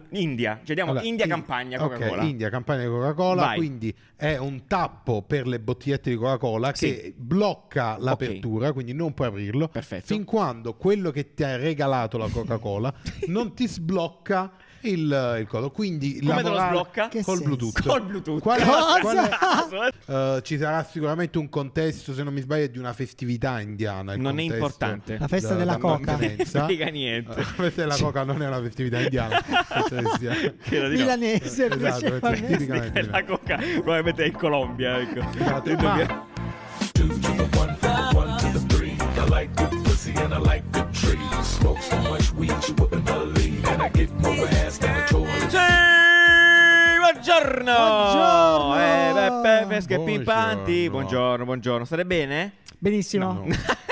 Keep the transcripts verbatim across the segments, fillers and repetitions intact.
India, cioè diamo allora, India in, campagna Coca-Cola. Ok, India campagna Coca-Cola, Vai. quindi è un tappo per le bottigliette di Coca-Cola Sì. che blocca l'apertura, okay. quindi non puoi aprirlo. Perfetto. Fin quando quello che ti ha regalato la Coca-Cola non ti sblocca il, il codo. Quindi come la te lo morale, sblocca? Che col senso? Bluetooth. Col Bluetooth. Qual è, qual è, uh, ci sarà sicuramente un contesto, se non mi sbaglio, di una festività indiana. Non è importante. La festa da, della da Coca. Non frega niente. La festa della Coca non è una festività indiana. Milanese. Esatto, tipicamente la Coca probabilmente è in Colombia. Ecco. Esatto. Ma... I like good pussy and I like good trees. Smoke so much weed you wouldn't believe, and I get more ass than a toilet. Sì, buongiorno. Buongiorno. Eh, Beppe, fresche e Buongiorno. pimpanti. Buongiorno, buongiorno. State bene? Benissimo. No.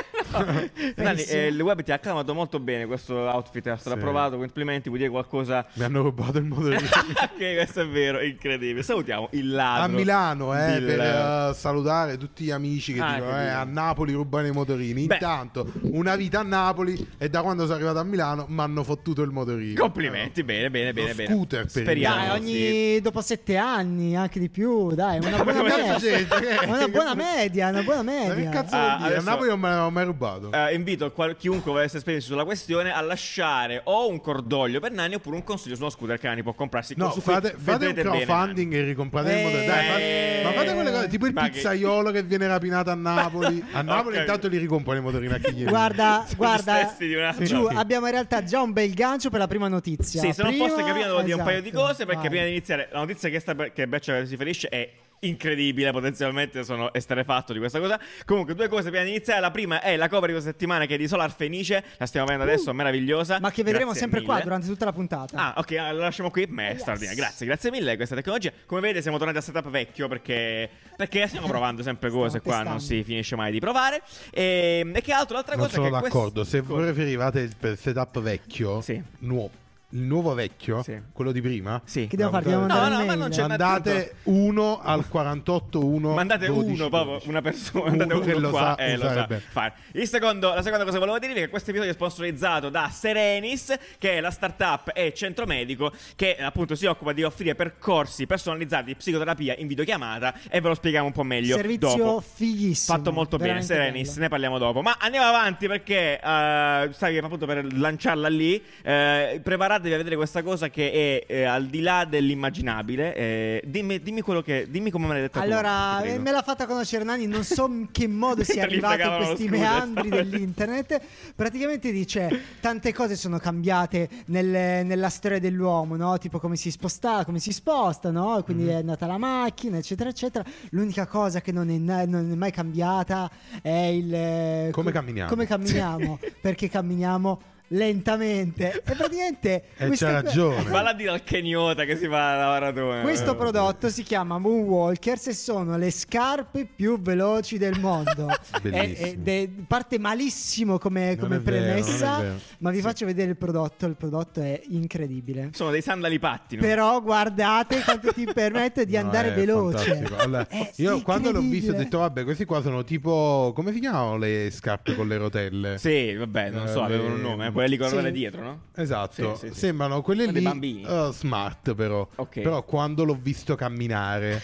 Nani, eh, il web ti ha acclamato molto bene questo outfit, è stato Sì. approvato. Complimenti, vuol dire qualcosa? Mi hanno rubato il motorino. Ok, questo è vero, incredibile. Salutiamo il ladro A Milano, eh, del- per uh, salutare tutti gli amici che Ah, dicono che eh, dicono. a Napoli rubano i motorini. Beh. Intanto una vita a Napoli e da quando sono arrivato a Milano mi hanno fottuto il motorino. Complimenti, bene, bene, Lo bene, bene. scooter per Speriamo. Dai, Milano, ogni sì. dopo sette anni, anche di più, dai, una buona Come media. gente, che- Una buona media, una buona Ma che media. cazzo Ah, vuol dire? adesso- A Napoli non me l'hanno mai rubato. Eh, invito qual- chiunque volesse esprimersi sulla questione a lasciare o un cordoglio per Nani oppure un consiglio su uno scooter che Nani può comprarsi. No, su cui fate, fate un vedrete bene, crowdfunding e ricomprate il Eh, motorino. Dai, fate- ma fate quelle cose tipo il ma che- pizzaiolo che viene rapinato a Napoli. A Napoli Ok. intanto li ricomprano i motorini a chi gli Guarda, Sono guarda, gli stessi di un altro. giù Sì. abbiamo in realtà già un bel gancio per la prima notizia. Sì, se non Prima- fosse capito devo dire un paio di esatto, cose perché vai. prima di iniziare la notizia che, sta per- che Beccia si riferisce è incredibile, potenzialmente sono esterefatto di questa cosa. Comunque due cose prima di iniziare. La prima è la cover di questa settimana che è di Solar Fenice, la stiamo vedendo adesso, meravigliosa. Ma che vedremo Grazie sempre qua mille. durante tutta la puntata. Ah, ok, allora la lasciamo qui. Ma è straordinaria. Grazie, grazie mille questa tecnologia. Come vedete siamo tornati a setup vecchio perché perché stiamo provando sempre Stiamo cose qua, non testando. si finisce mai di provare. E, e che altro? L'altra Non cosa sono che d'accordo. questo- Se preferivate il per setup vecchio, Sì. nuovo, il nuovo vecchio, Sì. quello di prima, Sì. Che devo No, fare? Devo no, mandare no, un ma mail? non c'è- mandate uno al quarantotto uno. Mandate dodici, uno, proprio dodici. una persona. Uno Mandate uno che lo qua, sa eh, lo usare sa bene. fare. Il secondo, la seconda cosa che volevo dirvi è che questo episodio è sponsorizzato da Serenis, che è la startup e centro medico che appunto si occupa di offrire percorsi personalizzati di psicoterapia in videochiamata. E ve lo spieghiamo un po' meglio Servizio dopo. fighissimo. Fatto molto bene, veramente Serenis, bello. ne parliamo dopo. Ma andiamo avanti perché uh, stai appunto per lanciarla lì. Eh, preparatevi a vedere questa cosa che è eh, al di là dell'immaginabile. Eh, dimmi, dimmi quello che. Dimmi come me l'hai detto. Allora, tu, ti eh, prego. me l'ha fatta conoscere Nani, non so in che modo sia Mentre gli arrivato in fregavano questi lo scooter, meandri stavo- dell'internet. Praticamente dice tante cose sono cambiate nel- nella storia dell'uomo, no? Tipo come si sposta, come si sposta, no? Quindi Mhm. è nata la macchina, eccetera, eccetera. L'unica cosa che non è, na- non è mai cambiata è il eh, Come co- camminiamo. Come camminiamo? Perché camminiamo lentamente. E praticamente E questa c'ha que- ragione. Valla a dire al keniota che si fa la maratona. Questo Eh, prodotto si chiama Moonwalkers e sono le scarpe più veloci del mondo. Bellissimo. E- ed è- parte malissimo come, Non come è vero, premessa, non è vero. ma vi faccio vedere il prodotto. Il prodotto è incredibile. Sono dei sandali pattino. Però guardate quanto ti permette di No, andare è veloce. fantastico. Allora, È io quando l'ho visto ho incredibile. detto vabbè, questi qua sono tipo, come si chiamano le scarpe con le rotelle? Sì, vabbè, non so, Eh, avevano un le- nome, quelle con le Sì. rotelle dietro, no? Esatto, Sì, sì, sì. sembrano quelle Sono dei lì bambini. uh, smart però. Ok. Però quando l'ho visto camminare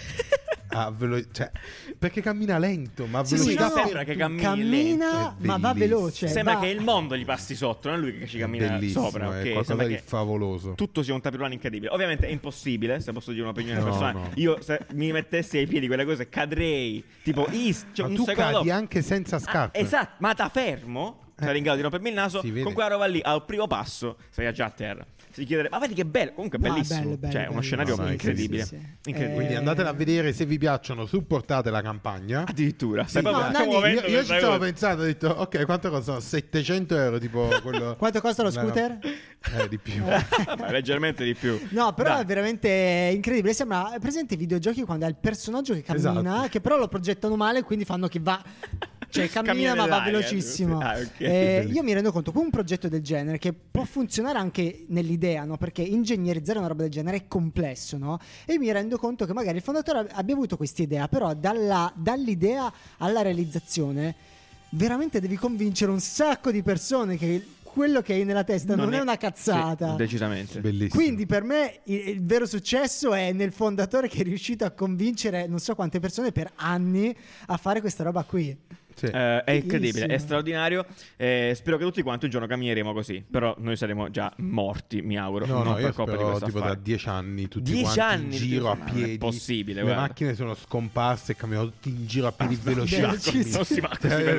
a velo- cioè, perché cammina lento, ma a Sì, sì, velocità no, no, sembra che cammini cammina, lento. È ma va bellissimo. veloce. Sembra va- che il mondo gli passi sotto, non è lui che ci cammina bellissimo, sopra. è Ok, qualcosa sembra di che favoloso. tutto sia un tapirulano incredibile. Ovviamente è impossibile, se posso dire un'opinione No, personale. no. Io se mi mettessi ai piedi quelle cose cadrei. Tipo, is, cioè, Ma un tu secondo cadi dopo. anche senza Ah, scarpe. esatto, ma da fermo, sarai in grado di rompermi il naso. Si vede. Con quella roba lì, al primo passo, sei già a terra. Si chiedere, ma vedi che bello, comunque è No, bellissimo. bello, bello, cioè, bello. uno scenario No, no, incredibile. sì, sì, sì. Incredibile. Quindi Eh, andatela a vedere, se vi piacciono, supportate la campagna. Addirittura, stai Sì, proprio no, stiamo Nani, muovendo Io, io ci questa stavo cosa. pensando, ho detto ok, quanto costano? settecento euro tipo quello. Quanto costa lo No, scooter? Eh, di più. Vabbè, leggermente di più. No, però Dai. è veramente incredibile. Sembra è presente i videogiochi quando hai il personaggio che cammina, Esatto. che però lo progettano male, quindi fanno che va. Cioè cammina, Cammina ma va nell'aria, velocissimo. sì. Ah, ok. Eh, Bellissimo. io mi rendo conto che un progetto del genere che può funzionare anche nell'idea, no? Perché ingegnerizzare una roba del genere è complesso, no? E mi rendo conto che magari il fondatore abbia avuto questa idea, però dalla- dall'idea alla realizzazione veramente devi convincere un sacco di persone che quello che hai nella testa non, è una cazzata. Sì, decisamente. Bellissimo. Quindi per me il, il vero successo è nel fondatore che è riuscito a convincere non so quante persone per anni a fare questa roba qui. Sì. Eh, è incredibile, è Bellissimo. straordinario. Eh, spero che tutti quanti un giorno cammineremo così. Però noi saremo già morti, mi auguro. No, non no, per io colpa di spero questo tipo da affare. dieci anni tutti Dieci quanti anni in di giro a ma non è piedi. possibile, Le guarda. macchine sono scomparse e camminano tutti in giro a piedi velocissimo. velocissimi. Non si va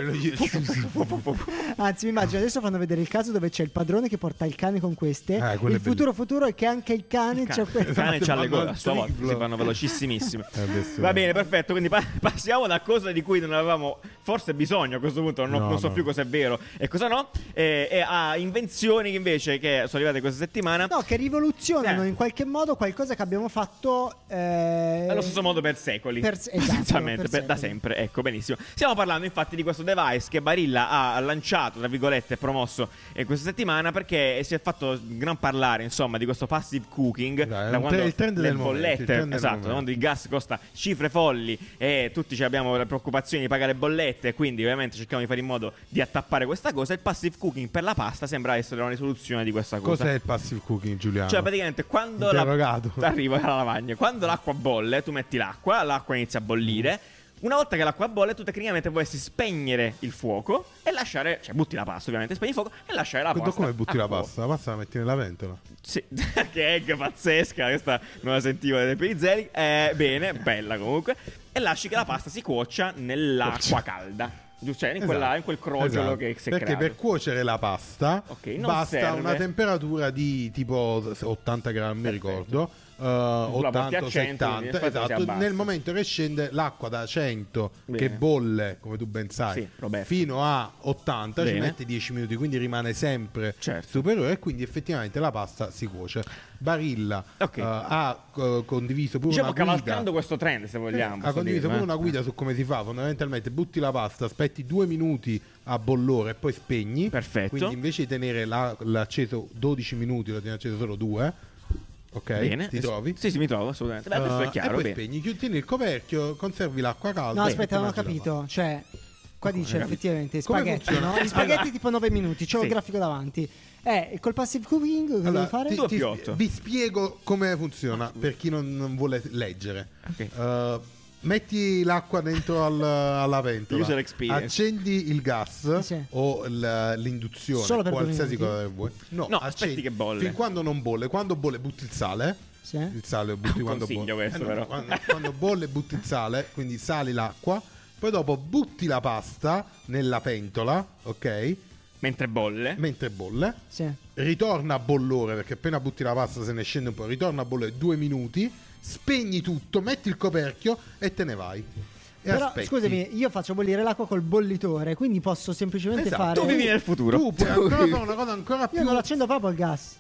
così. Anzi, mi immagino adesso fanno vedere il caso dove c'è il padrone che porta il cane con queste. Eh, quello il è futuro futuro è che anche il cane Il c'ha cane, que- il cane c'ha le Vanno cose al a sua volta, triplo. si fanno velocissimissime. Eh, adesso- Va bene, perfetto. Quindi pa- passiamo da cose di cui non avevamo forse bisogno a questo punto. Non, ho- No, non so no. più cosa è vero e cosa no. E, e a invenzioni invece che sono arrivate questa settimana. No, che rivoluzionano Eh. in qualche modo qualcosa che abbiamo fatto eh, Allo stesso modo per secoli. Per- esatto, Essenzialmente, per per- da secoli. sempre. Ecco, benissimo. Stiamo parlando infatti di questo device che Barilla ha lanciato, tra virgolette, e promosso eh, questa settimana perché si è fatto gran parlare, insomma, di questo passive cooking. Dai, è da un quando tre- il trend le del momento, bollette, il trend del esatto, da momento. quando il gas costa cifre folli e tutti ci abbiamo le preoccupazioni di pagare bollette e quindi ovviamente cerchiamo di fare in modo di attappare questa cosa. Il passive cooking per la pasta sembra essere una risoluzione di questa cosa. Cos'è il passive cooking, Giuliano? Cioè, praticamente quando Interrogato. la... arrivo alla lavagna, quando l'acqua bolle, tu metti l'acqua, l'acqua inizia a bollire. Una volta che l'acqua bolle, tu tecnicamente puoi spegnere il fuoco e lasciare, cioè butti la pasta, ovviamente, spegni il fuoco e lasciare la Ma pasta. come butti a la fuoco. pasta? La pasta la metti nella pentola. Sì, che egg pazzesca, questa non la sentivo dai Pizzeri. Eh, bene, bella comunque. E lasci che la pasta si cuocia nell'acqua calda. Giusto? Cioè, in, quella- Esatto. in quel crogiolo Esatto. che si è Perché creato. per cuocere la pasta Ok, non basta serve. una temperatura di tipo ottanta grammi, Perfetto. ricordo. eh, la porti a ottanta cento, settanta, quindi nel frattempo si esatto. abbassa. Nel momento che scende l'acqua da cento Bene. che bolle, come tu ben sai, Sì, Roberto. fino a ottanta ci Bene. mette dieci minuti, quindi rimane sempre Certo. superiore e quindi effettivamente la pasta si cuoce. Barilla Ok. eh, ha eh, condiviso pure Diciamo una guida. cavalcando questo trend, se vogliamo. Ha posso condiviso dire, pure eh. una guida su come si fa. Fondamentalmente butti la pasta, aspetti due minuti a bollore e poi spegni. Perfetto. Quindi invece di tenere la- l'acceso dodici minuti, lo tieni acceso solo due. Ok, Bene. ti Es- trovi? Sì, sì, mi trovo assolutamente. Beh, questo Uh, è chiaro. e poi bene. spegni, chiudi tieni il coperchio, conservi l'acqua calda. No, e aspetta, ti non ho mangi la capito. Cioè, qua dice capito? effettivamente Come spaghetti, funziona? no? Gli spaghetti tipo nove minuti, c'ho Sì. il grafico davanti. Eh, col passive cooking cosa Allora, devo fare? ti- Tu a ti- più otto. vi spiego come funziona per chi non, non vuole leggere. Ok. Uh, metti l'acqua dentro al- alla pentola, User experience. accendi il gas Sì. o l- l'induzione, Solo per due qualsiasi minuti? cosa che vuoi. No, No, accendi aspetti che bolle. fin quando non bolle. Quando bolle butti il sale. Sì. Il sale lo butti Un quando consiglio bolle. questo, no, però. Quando, quando bolle butti il sale, quindi sali l'acqua. Poi dopo butti la pasta nella pentola, ok? Mentre bolle. Mentre bolle. Sì. Ritorna a bollore perché appena butti la pasta se ne scende un po'. Ritorna a bollore due minuti. Spegni tutto, metti il coperchio e te ne vai. E Però aspetti. scusami, io faccio bollire l'acqua col bollitore, quindi posso semplicemente Esatto. fare. Tu vivi nel futuro. Tu puoi ancora fare una cosa ancora più. Io non l'accendo proprio il gas.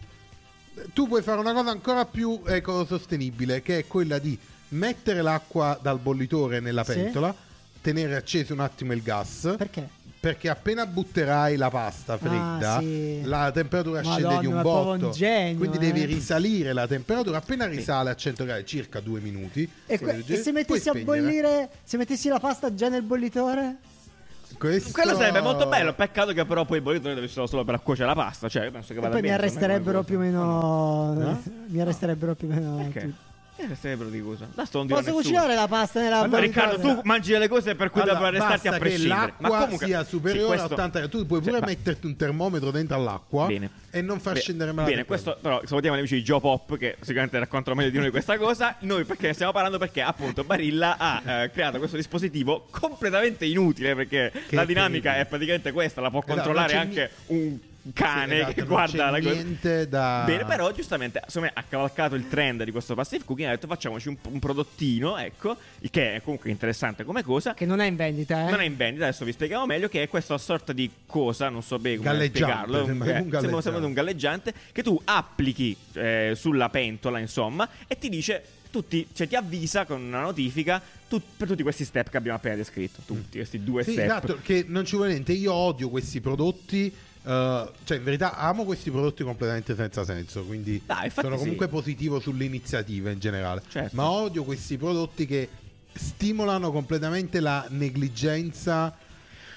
Tu puoi fare una cosa ancora più ecosostenibile, che è quella di mettere l'acqua dal bollitore nella Sì. pentola, tenere acceso un attimo il gas. Perché? Perché appena butterai la pasta fredda, Ah, sì. la temperatura Madonna, scende di un ma è proprio un botto. genio, quindi eh. devi risalire la temperatura. Appena risale a cento gradi, circa due minuti. E, si que- legge, e se puoi mettessi a spegnere. bollire, se mettessi la pasta già nel bollitore? Questo... Quello sarebbe molto bello. Peccato che però poi il bollitore deve essere solo per cuocere la pasta. Cioè, io penso che E vada poi mi bene. arresterebbero più o meno. No? Mi arresterebbero più o meno. Perché? tutti. Mi arresterebbero di cosa? Da sto non dirò Posso nessuno. cucinare la pasta nella Allora, bollitore? Riccardo, tu mangi delle cose per cui Allora, devono arrestarti a basta che prescindere. l'acqua Ma comunque sia superiore sì, questo- a ottanta gradi. Tu puoi pure Cioè, ma- metterti un termometro dentro all'acqua Bene. e non far Beh, scendere mai la Bene, temperatura. questo però salutiamo gli amici di Joe Pop che sicuramente raccontano meglio di noi questa cosa. Noi perché ne stiamo parlando? Perché appunto Barilla ha eh, creato questo dispositivo completamente inutile perché Che la è dinamica terribile. è praticamente questa, la può Esatto, controllare non c'è anche un cane Sì, esatto, che non guarda c'è la cosa. niente da... Bene, però giustamente secondo me ha cavalcato il trend di questo passive cooking e ha detto facciamoci un, un prodottino, ecco, il che è comunque interessante come cosa. Che non è in vendita, eh? Non è in vendita, adesso vi spieghiamo meglio, che è questa sorta di cosa, non so bene come Galleggiante, spiegarlo, sembra eh, un galleggiante. sembra, sembra un galleggiante, che tu applichi eh, sulla pentola, insomma, e ti dice, tutti, cioè ti avvisa con una notifica tu- per tutti questi step che abbiamo appena descritto, tutti questi due Sì, step. esatto, che non ci vuole niente. Io odio questi prodotti. eh, cioè, in verità, amo questi prodotti completamente senza senso. Quindi Dai, infatti sono sì. comunque positivo sull'iniziativa in generale. Certo. Ma odio questi prodotti che stimolano completamente la negligenza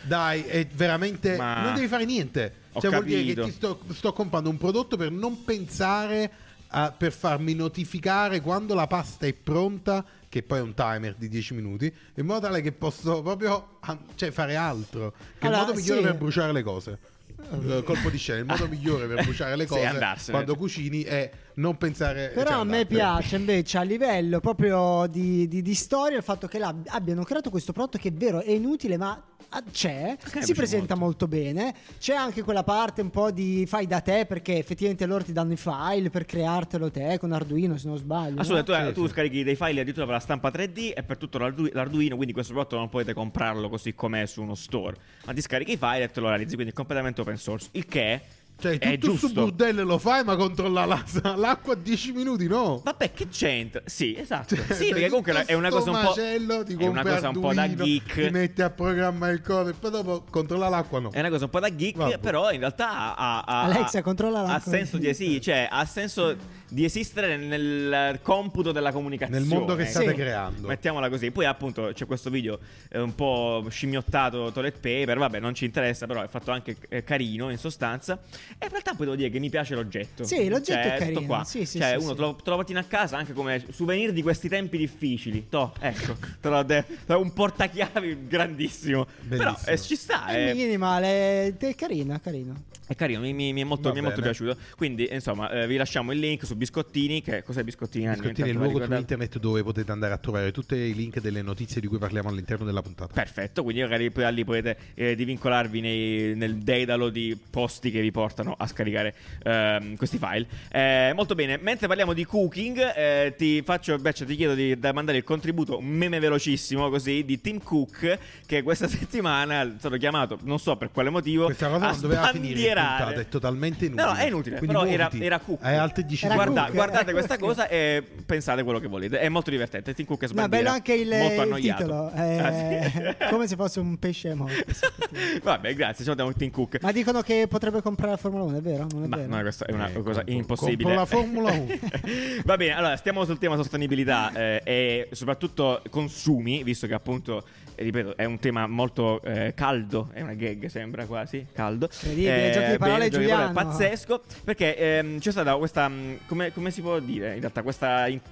Dai, è veramente. Ma- Non devi fare niente. Ho Cioè, vuol dire che capito. ti sto, sto comprando un prodotto per non pensare a- per farmi notificare quando la pasta è pronta, che poi è un timer di dieci minuti, in modo tale che posso proprio ah, cioè, fare altro. Che Allora, è il modo migliore sì. per bruciare le cose. Eh, colpo di scena, il modo migliore per bruciare le Sì, cose andarsene. quando cucini è non pensare. Però cioè, a me andartene. piace invece a livello proprio di, di- di storia il fatto che là abbiano creato questo prodotto che è vero, è inutile ma ah, c'è, si piace presenta molto. bene. C'è anche quella parte un po' di fai da te perché effettivamente loro ti danno i file per creartelo te con Arduino se non sbaglio. Assolutamente, no? tu, tu scarichi dei file addirittura per la stampa tre D e per tutto l'Ardu- l'Arduino, quindi questo prodotto non potete comprarlo così com'è su uno store, ma ti scarichi i file e te lo realizzi, quindi è completamente open source, il che Cioè, è tutto giusto. su bordello lo fai, ma controlla la- l'acqua a dieci minuti, no? Vabbè, che c'entra? Sì, esatto. Cioè, Sì, perché comunque tutto è una sto cosa un po'. macello, ti È una compri cosa un po' da Arduino, geek. Ti metti a programmare il code e poi dopo controlla l'acqua, no? È una cosa un po' da geek, Vabbè. però in realtà ha, ha- ha- Alexa, ha- controlla ha l'acqua. senso di sì, cioè ha senso di esistere nel computo della comunicazione. Nel mondo che state Sì. creando. Mettiamola così. Poi appunto c'è questo video eh, un po' scimmiottato toilet paper, vabbè, non ci interessa, però è fatto anche eh, carino in sostanza. E in realtà poi devo dire che mi piace l'oggetto. Sì, l'oggetto Cioè, è carino. tutto qua. Sì, sì, cioè, sì, uno sì. Te, lo, te lo portino a casa anche come souvenir di questi tempi difficili. Toh, ecco, te lo de- te lo- un portachiavi grandissimo. Bellissimo. Però eh, ci sta, È è, minimale, è carino, carino. è carino, mi, mi- mi è molto, Va mi è molto bene. piaciuto. Quindi, insomma, eh, vi lasciamo il link su Biscottini. Che cos'è Biscottini? Anni? Biscottini è il Intanto luogo la su ricordate? internet dove potete andare a trovare tutti i link delle notizie di cui parliamo all'interno della puntata. Perfetto, quindi magari poi da lì potete eh, divincolarvi nei- nel dedalo di posti che vi portano a scaricare ehm, questi file. Eh, molto bene, mentre parliamo di cooking, eh, ti faccio, Beccia, ti chiedo di da mandare il contributo un meme velocissimo così di Tim Cook, che questa settimana è stato chiamato, non so per quale motivo, Questa cosa a non doveva finire in sbandierare. puntata, è totalmente inutile. No, no, è inutile, Quindi però era, muoviti. era Cook. Hai altre dieci Era secondi. Guarda- Cook, guardate era questa Cook. cosa e pensate quello che volete. È molto divertente. Tim Cook è No, sbandiera, bello anche il, molto il annoiato. titolo, è Ah, sì? come se fosse un pesce morto. Vabbè, grazie, ci mandiamo Tim Cook. Ma dicono che potrebbe comprare la Formula uno, è vero? Non è Ma vero? no, questa è una Eh, cosa compro- impossibile. compro la Formula uno. Va bene, allora stiamo sul tema sostenibilità eh, e soprattutto consumi, visto che appunto, eh, ripeto, è un tema molto eh, caldo, è una gag, sembra quasi caldo. Incredibile, giochi di parole, giochi di parole, Giuliano. pazzesco, perché ehm, c'è stata questa, mh, come, come si può dire in realtà, questa in-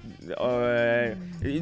eh,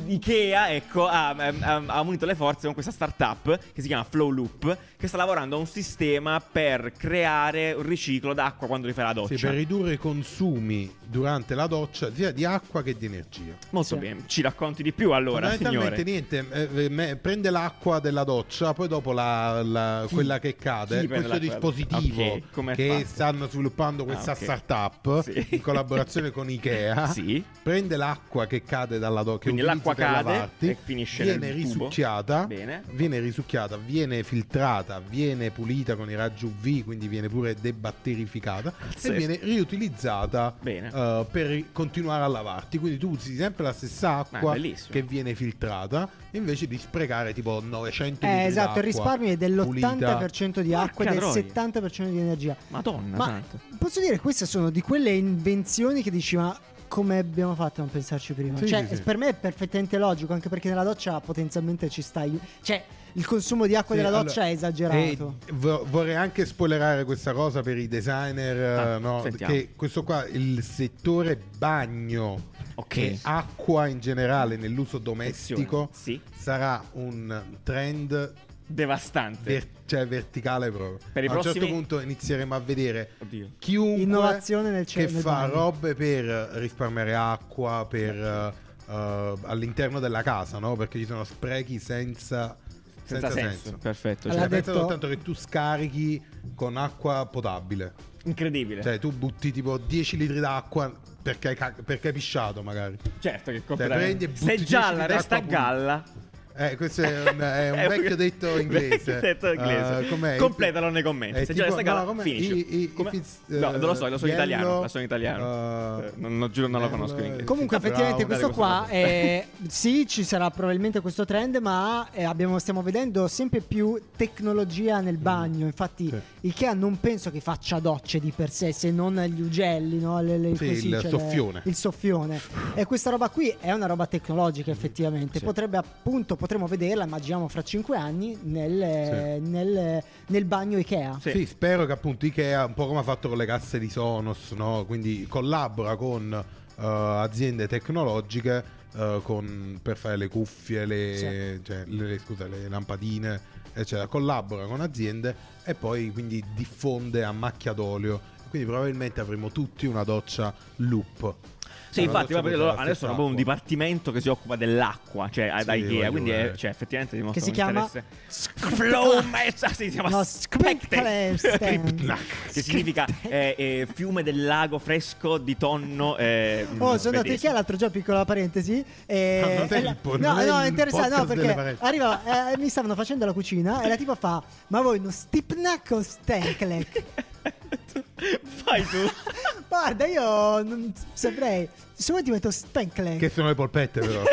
Ikea, ecco, ha, ha- ha unito le forze con questa startup che si chiama Flow Loop, che sta lavorando a un sistema per creare un riciclo d'acqua quando rifai la doccia. Sì, per ridurre i consumi durante la doccia sia di acqua che di energia. Molto Sì. bene, ci racconti di più allora, Fondamentalmente signore. niente, eh, eh, me- prende l'acqua della doccia, poi dopo la, la- Chi? quella che cade, Chi prende questo l'acqua? dispositivo Ok, com'è che fatto? stanno sviluppando questa Ah, ok. startup Sì. in collaborazione con Ikea, Sì. prende l'acqua che cade dalla doccia, Quindi l'acqua cade e finisce viene nel tubo. risucchiata, Bene. viene risucchiata, viene filtrata, viene pulita con i raggi U V, quindi viene pure debatterificata Pazzesco. e viene riutilizzata Bene. eh, per continuare a lavarti. Quindi tu usi sempre la stessa acqua Ah, bellissimo. che viene filtrata invece di sprecare tipo novecento Eh, litri esatto, il d'acqua risparmio è dell'ottanta per cento di acqua e Porca del troia. settanta per cento di energia. Madonna Ma santa. posso dire, queste sono di quelle invenzioni che dici, ma come abbiamo fatto a non pensarci prima? Sì, cioè, sì, sì. per me è perfettamente logico, anche perché nella doccia potenzialmente ci stai. Cioè, il consumo di acqua Sì, della allora, doccia è esagerato. e vo- vorrei anche spoilerare questa cosa per i designer, Ah, eh, no? sentiamo. Che questo qua, il settore bagno Ok. e acqua in generale nell'uso domestico, Sì. sarà un trend Devastante. ver- cioè verticale proprio. Per i a un certo prossimi- punto inizieremo a vedere Oddio. chiunque Innovazione nel che ce- nel fa bagno. robe per risparmiare acqua per eh, eh, all'interno della casa, no? Perché ci sono sprechi senza, Senza, senza senso. senso. Perfetto. Allora, cioè, ha Pensa detto- soltanto che tu scarichi con acqua potabile. incredibile. Cioè tu butti tipo dieci litri d'acqua perché hai, ca- perché hai pisciato magari. certo che prendi completamente. e butti Se dieci gialla litri resta a d'acqua pulita. galla. Eh, questo è un, è un È un- vecchio detto inglese. vecchio detto inglese. Eh, com'è? Completalo nei commenti. È Se tipo- già resta a galla, no, com'è? finisci. I- i- Come- if it's, No, eh, non lo so, lo so in yellow, italiano. La so in italiano. uh, Eh, non, non giuro, non lo yellow, conosco in inglese. Comunque, Bravo, effettivamente, dai, questo questo qua è, sì, ci sarà probabilmente questo trend, ma eh, abbiamo, stiamo vedendo sempre più tecnologia nel bagno. Infatti, Sì. Ikea non penso che faccia docce di per sé, se non gli ugelli, no? Le- le- Sì, come si il dice, soffione. il soffione. E questa roba qui è una roba tecnologica, effettivamente. Sì. Potrebbe appunto, potrebbe potremo vederla, immaginiamo fra cinque anni, nel, Sì. nel, nel bagno Ikea. Sì. Sì, spero che appunto Ikea, un po' come ha fatto con le casse di Sonos, no? Quindi collabora con uh, aziende tecnologiche uh, con, per fare le cuffie, le, Sì. cioè, le, le- scusa, le lampadine, eccetera. Collabora con aziende e poi quindi diffonde a macchia d'olio. Quindi probabilmente avremo tutti una doccia loop. Sì, Una infatti, doccia proprio con loro la adesso stessa hanno proprio un acqua. dipartimento che si occupa dell'acqua, cioè Sì, da Ikea, voglio quindi è, vedere. cioè, effettivamente dimostra Che si un chiama interesse. Flumessa, sì, si chiama No, Spectre. Spectre. Che significa eh, eh, fiume del lago fresco di tonno. eh, Oh, sono andato svedese. Ikea l'altro giorno, piccola parentesi. E, Ah, non è e il la- po- no, non è no, il è interessante, no, podcast delle perché parenti. arriva, eh, mi stavano facendo la cucina e la tipa fa: ma voi non stipnack o stenklek? Fai tu. Guarda, io non saprei. Se vuoi ti metto stenklek. Che sono le polpette però.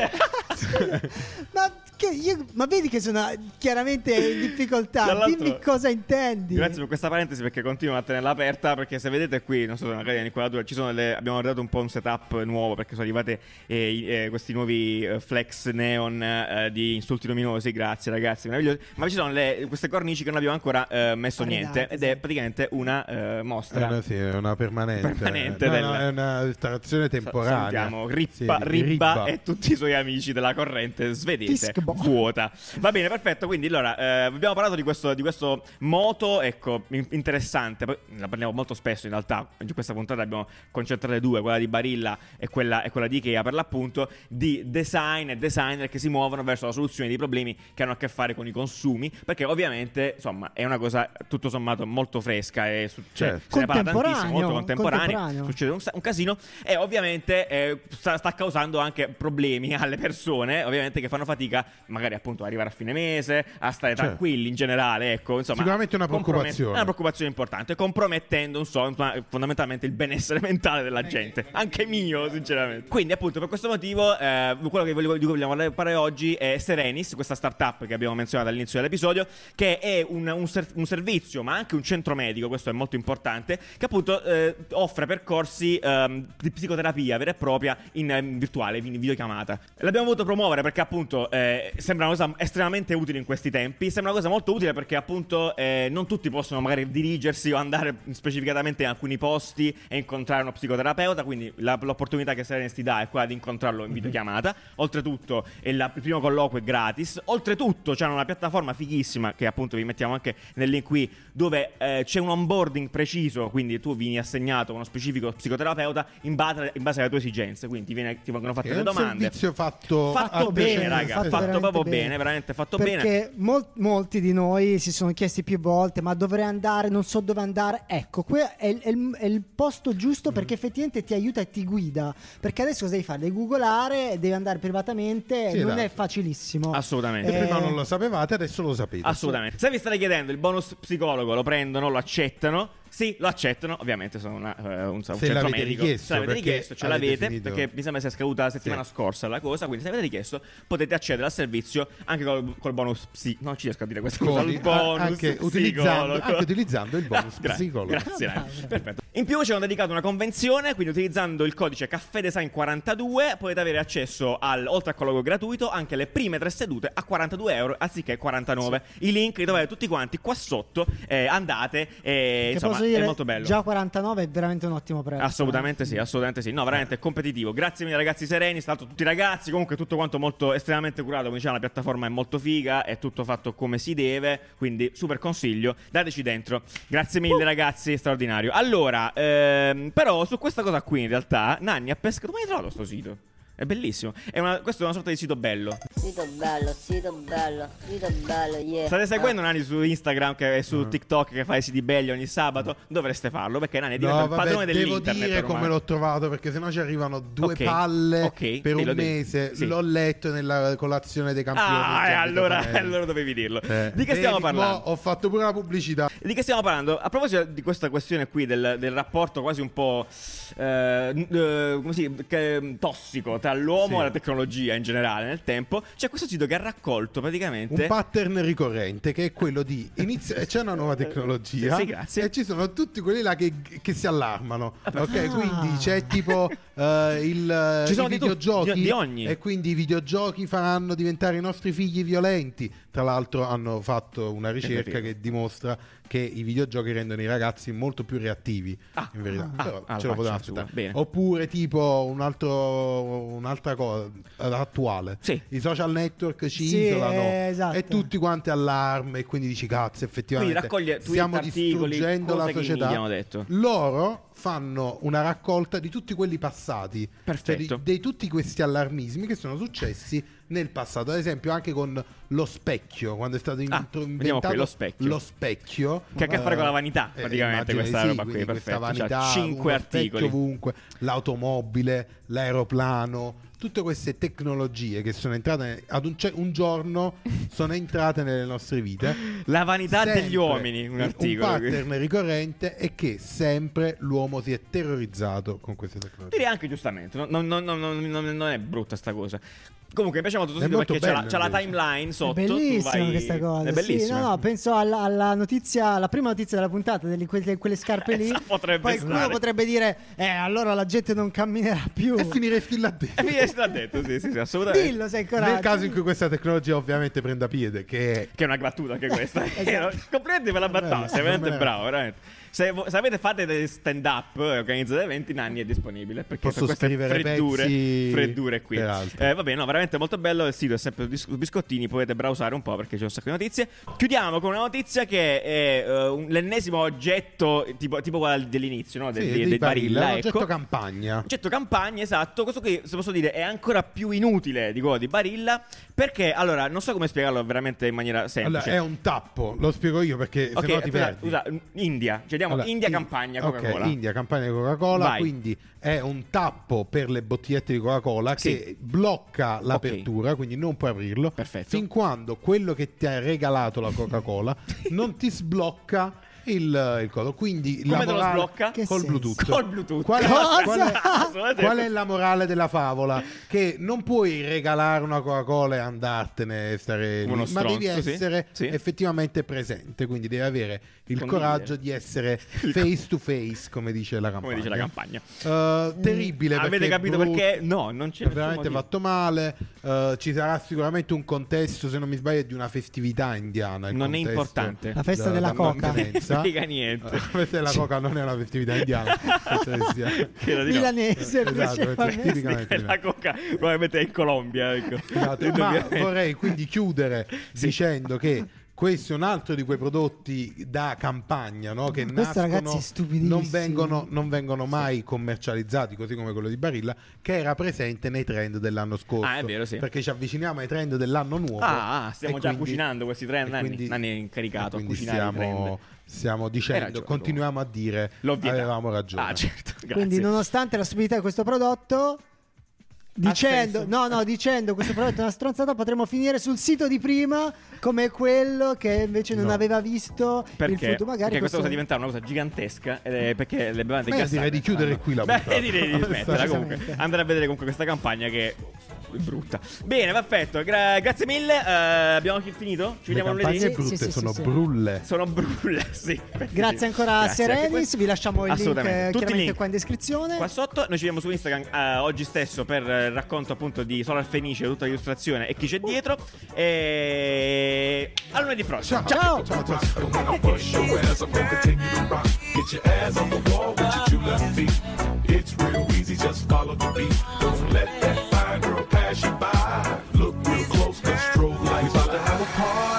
Ma, che io- ma vedi che sono chiaramente in difficoltà. Tra l'altro- Dimmi cosa intendi. Grazie per questa parentesi perché continuo a tenerla aperta, perché se vedete qui, non so se magari l'inquadratura, ci sono delle, abbiamo dato un po' un setup nuovo perché sono arrivate eh, i- eh, questi nuovi eh, flex neon eh, di insulti luminosi, grazie ragazzi, meravigliosi, ma ci sono le- queste cornici che non abbiamo ancora eh, messo Arredate, niente ed sì. è praticamente una eh, È mostra. una, sì, è una permanente. Permanente No, del- no, è una installazione temporanea. Salutiamo Rippa, Sì, Ribba e tutti i suoi amici della corrente svedese Fiskbo. vuota. Va bene, perfetto. Quindi allora eh, abbiamo parlato di questo, di questo moto, ecco, in- interessante. Poi la parliamo molto spesso in realtà. In questa puntata abbiamo concentrato due, quella di Barilla e quella, e quella di Ikea, per l'appunto, di design e designer che si muovono verso la soluzione di problemi che hanno a che fare con i consumi. Perché ovviamente, insomma, è una cosa tutto sommato molto fresca e su- cioè, Certo. se ne parla Contemporaneo, tantissimo, molto contemporaneo. contemporaneo. Succede un, sa- un casino e ovviamente eh, sta, sta causando anche problemi alle persone, ovviamente, che fanno fatica magari appunto ad arrivare a fine mese, a stare Certo. tranquilli in generale, ecco, insomma, Sicuramente una compromet- preoccupazione. è una preoccupazione importante, compromettendo insomma, fondamentalmente il benessere mentale della gente, anche mio sinceramente. Quindi appunto per questo motivo eh, quello che volevo, di cui vogliamo parlare oggi è Serenis, questa startup che abbiamo menzionato all'inizio dell'episodio, che è un, un, ser- un servizio ma anche un centro medico, questo è molto importante, che appunto eh, offre percorsi ehm, di psicoterapia vera e propria in eh, virtuale, in videochiamata. L'abbiamo voluto promuovere perché appunto eh, sembra una cosa estremamente utile in questi tempi, sembra una cosa molto utile perché appunto eh, non tutti possono magari dirigersi o andare specificatamente in alcuni posti e incontrare uno psicoterapeuta, quindi la- l'opportunità che Serenis ti dà è quella di incontrarlo in videochiamata. Oltretutto è la- il primo colloquio è gratis, oltretutto c'hanno una piattaforma fighissima che appunto vi mettiamo anche nel link qui, dove eh, c'è un onboarding preciso, quindi tu vieni assegnato con uno specifico psicoterapeuta in base, in base alle tue esigenze, quindi ti, viene- ti vengono fatte È le un domande. servizio fatto, Fatto a bene, piacere. raga, fatto fatto, veramente proprio bene, bene. veramente fatto Perché bene. mol- molti di noi si sono chiesti più volte: ma dovrei andare, non so dove andare. Ecco, qui è, il- è il, è il posto giusto, perché effettivamente ti aiuta e ti guida. Perché adesso cosa devi fare? Devi googolare, devi andare privatamente, Sì, non esatto. è facilissimo. Assolutamente. Se Eh, prima non lo sapevate, adesso lo sapete. Assolutamente. Se vi state chiedendo il bonus psicologo, lo prendono, lo accettano? Sì, lo accettano. Ovviamente sono una, eh, un, un Se centro l'avete medico. richiesto, se l'avete perché richiesto, ce avete l'avete. finito- Perché mi sembra sia scaduta la settimana Sì. scorsa la cosa. Quindi se avete richiesto, potete accedere al servizio anche col, col bonus psi. Non ci riesco a dire questa cosa. Con- Il bonus anche psicologo. utilizzando, anche utilizzando il bonus Gra- psicologo. Grazie, Ah, Nani. bravo. Perfetto. In più ci hanno dedicato una convenzione, quindi utilizzando il codice Caffè Design quarantadue potete avere accesso al, oltre al colloquio gratuito, anche le prime tre sedute a quarantadue euro anziché quarantanove. I link li trovate tutti quanti qua sotto. eh, andate, e, Che insomma, posso dire, è molto bello. già quarantanove è veramente un ottimo prezzo. Assolutamente sì, assolutamente sì. No, veramente è competitivo. Grazie mille ragazzi Sereni, stato tutti ragazzi, comunque tutto quanto molto estremamente curato, come diceva, la piattaforma è molto figa, è tutto fatto come si deve, quindi super consiglio, dateci dentro. Grazie mille ragazzi, straordinario. Allora, ehm, però su questa cosa qui in realtà Nanni ha pescato, ma hai trovato sto sito? È bellissimo. È una, questo è una sorta di sito bello. Sito bello, sito bello, sito bello, yeah. State seguendo Ah. Nani su Instagram e su TikTok che fa i siti belli ogni sabato? Dovreste farlo perché Nani è diventato No, il padrone vabbè, devo dell'internet dire ormai. come l'ho trovato, perché sennò ci arrivano due Ok, palle ok, per dillo, un dillo. mese. Sì. L'ho letto nella colazione dei campioni. Ah, che e ha allora, detto Fanelli. allora dovevi dirlo. Eh, Di che stiamo vedi, mo parlando? ho fatto pure la pubblicità. Di che stiamo parlando? A proposito di questa questione qui del, del rapporto quasi un po' eh, n- eh, come si che- tossico tra tra l'uomo Sì. e la tecnologia in generale nel tempo, c'è questo sito che ha raccolto praticamente un pattern ricorrente che è quello di inizia- c'è una nuova tecnologia Sì, grazie. e ci sono tutti quelli là che, che si allarmano, ok? Ah. Quindi c'è tipo eh, il, Ci sono i di tu- videogiochi di- di ogni. e quindi i videogiochi faranno diventare i nostri figli violenti. Tra l'altro hanno fatto una ricerca figo. che dimostra che i videogiochi rendono i ragazzi molto più reattivi, Ah. in verità. Ah. Però Ah, ce lo faccio potevamo su, aspettare. bene. Oppure tipo un altro, un'altra cosa eh, attuale. Sì. I social network ci Sì, isolano esatto. e tutti quanti allarme e quindi dici cazzo effettivamente Quindi raccoglie tweet, stiamo articoli, distruggendo la cose che i società. media hanno detto. Loro fanno una raccolta di tutti quelli passati, Perfetto. cioè di, di tutti questi allarmismi che sono successi nel passato, ad esempio anche con lo specchio, quando è stato Ah, intro- vediamo inventato qui, lo specchio. lo specchio, Che ha a che fare con la vanità, eh, praticamente, immagino questa di sì, roba qui, quindi questa perfetto. C'ha vanità, cinque uno specchio articoli. ovunque, l'automobile, l'aeroplano, tutte queste tecnologie che sono entrate ad un, ce- un giorno sono entrate nelle nostre vite. La vanità Sempre degli uomini, un articolo. Un pattern ricorrente è che sempre l'uomo si è terrorizzato con queste tecnologie. Direi anche giustamente, non, non- non- non- non- non è brutta sta cosa. Comunque, mi piace molto È sito molto perché c'è la, bello, c'è la invece. timeline È sotto. tu bellissima vai- questa cosa. È bellissima. Sì, no, no, penso alla, alla notizia, la prima notizia della puntata, delle, quelle, quelle scarpe lì. Essa potrebbe Qualcuno stare. potrebbe dire, eh, allora la gente non camminerà più. E finiresti là dentro. E fine l'ha detto, sì, sì, sì, assolutamente. Dillo, sei coraggio. Nel caso in cui questa tecnologia ovviamente prenda piede, che è Che è una battuta anche questa. Esatto. Complimenti per la battuta, Bello, sei veramente non me ne- bravo, veramente. Se, vo- se avete fate dei stand up e organizzate eventi, Nanni è disponibile perché Posso per queste scrivere freddure, pezzi freddure qui. per altri. Eh, va bene, no, veramente molto bello. Il sito è sempre su bis- biscottini. Potete browsare un po' perché c'è un sacco di notizie. Chiudiamo con una notizia che è eh, un- l'ennesimo oggetto tipo, tipo quella dell'inizio, no? Del, sì, di- dei del Barilla, Barilla, un oggetto ecco. campagna. Oggetto campagna, esatto. Questo qui, se posso dire, è ancora più inutile di quello di Barilla. Perché, allora, non so come spiegarlo veramente in maniera semplice. Allora, è un tappo, lo spiego io perché Ok, se no ti scusa, perdi. scusa, India, cioè diamo Allora, India in- campagna ok, Coca-Cola. India, campagna di Coca-Cola, Vai. quindi è un tappo per le bottigliette di Coca-Cola Sì. che blocca l'apertura, quindi non puoi aprirlo, Perfetto. fin quando quello che ti ha regalato la Coca-Cola non ti sblocca il, il codo. Quindi Come la te lo morale sblocca? Che col senso? Bluetooth. Col Bluetooth. Qual è, Cosa? qual è- Assolutamente. qual è la morale della favola? Che non puoi regalare una Coca-Cola e andartene e stare lì, Uno ma devi stronzo, sì. essere Sì. effettivamente presente, quindi devi avere il Condividere. coraggio di essere face to face, come dice la campagna. Come dice la campagna. Uh, terribile. Avete perché è capito brutto, perché? No, non c'è è veramente nessun motivo. fatto male. Uh, ci sarà sicuramente un contesto, se non mi sbaglio, di una festività indiana. il Non è contesto importante. La festa da- della da Coca. mantenenza. Frega niente. La festa della Coca non è una festività indiana. penso che sia- Che lo dico. Milanese, Esatto, principalmente. tipicamente La Coca probabilmente è in Colombia, ecco. Esatto, ma Indubbiamente. vorrei quindi chiudere dicendo che questo è un altro di quei prodotti da campagna, no? Che Questo, nascono, ragazzi, è stupidissimo. non vengono, non vengono mai commercializzati, così come quello di Barilla, che era presente nei trend dell'anno scorso. Ah, è vero, sì. Perché ci avviciniamo ai trend dell'anno nuovo. Ah, ah, stiamo e già quindi- cucinando questi trend, e Nanni. quindi- Nanni è incaricato e a quindi cucinare i stiamo, trend. stiamo Hai dicendo, ragione, continuiamo a dire L'ovvietà. avevamo ragione. Ah, certo, grazie. Quindi, nonostante la stupidità di questo prodotto, dicendo, senso. no, no, dicendo questo prodotto è una stronzata, potremmo finire sul sito di prima come quello che invece non No. aveva visto Perché? il futuro. Magari perché questa questo- cosa diventa una cosa gigantesca ed è perché le bevande Beh, gassate direi di chiudere fanno- qui la Beh, puntata. direi di smetterla comunque. Assolutamente. Andare a vedere comunque questa campagna che è brutta. Bene, perfetto. Gra- grazie mille. Eh, abbiamo finito? Ci Le vediamo campagne lunedì. Sì, brutte sì, sì, sono sì. brulle. Sono brulle, sì. Grazie ancora a Grazie anche Serenis, questo. vi lasciamo il link Assolutamente. eh, Tutti i chiaramente link qua in descrizione. qua sotto. Noi ci vediamo su Instagram eh, oggi stesso per eh, il racconto appunto di Solar Fenice, tutta l'illustrazione e chi c'è dietro. E a lunedì prossimo. Ciao. Ciao. Ciao, ciao. And when I bust your ass, I'm gonna continue to rock. Get your ass on the wall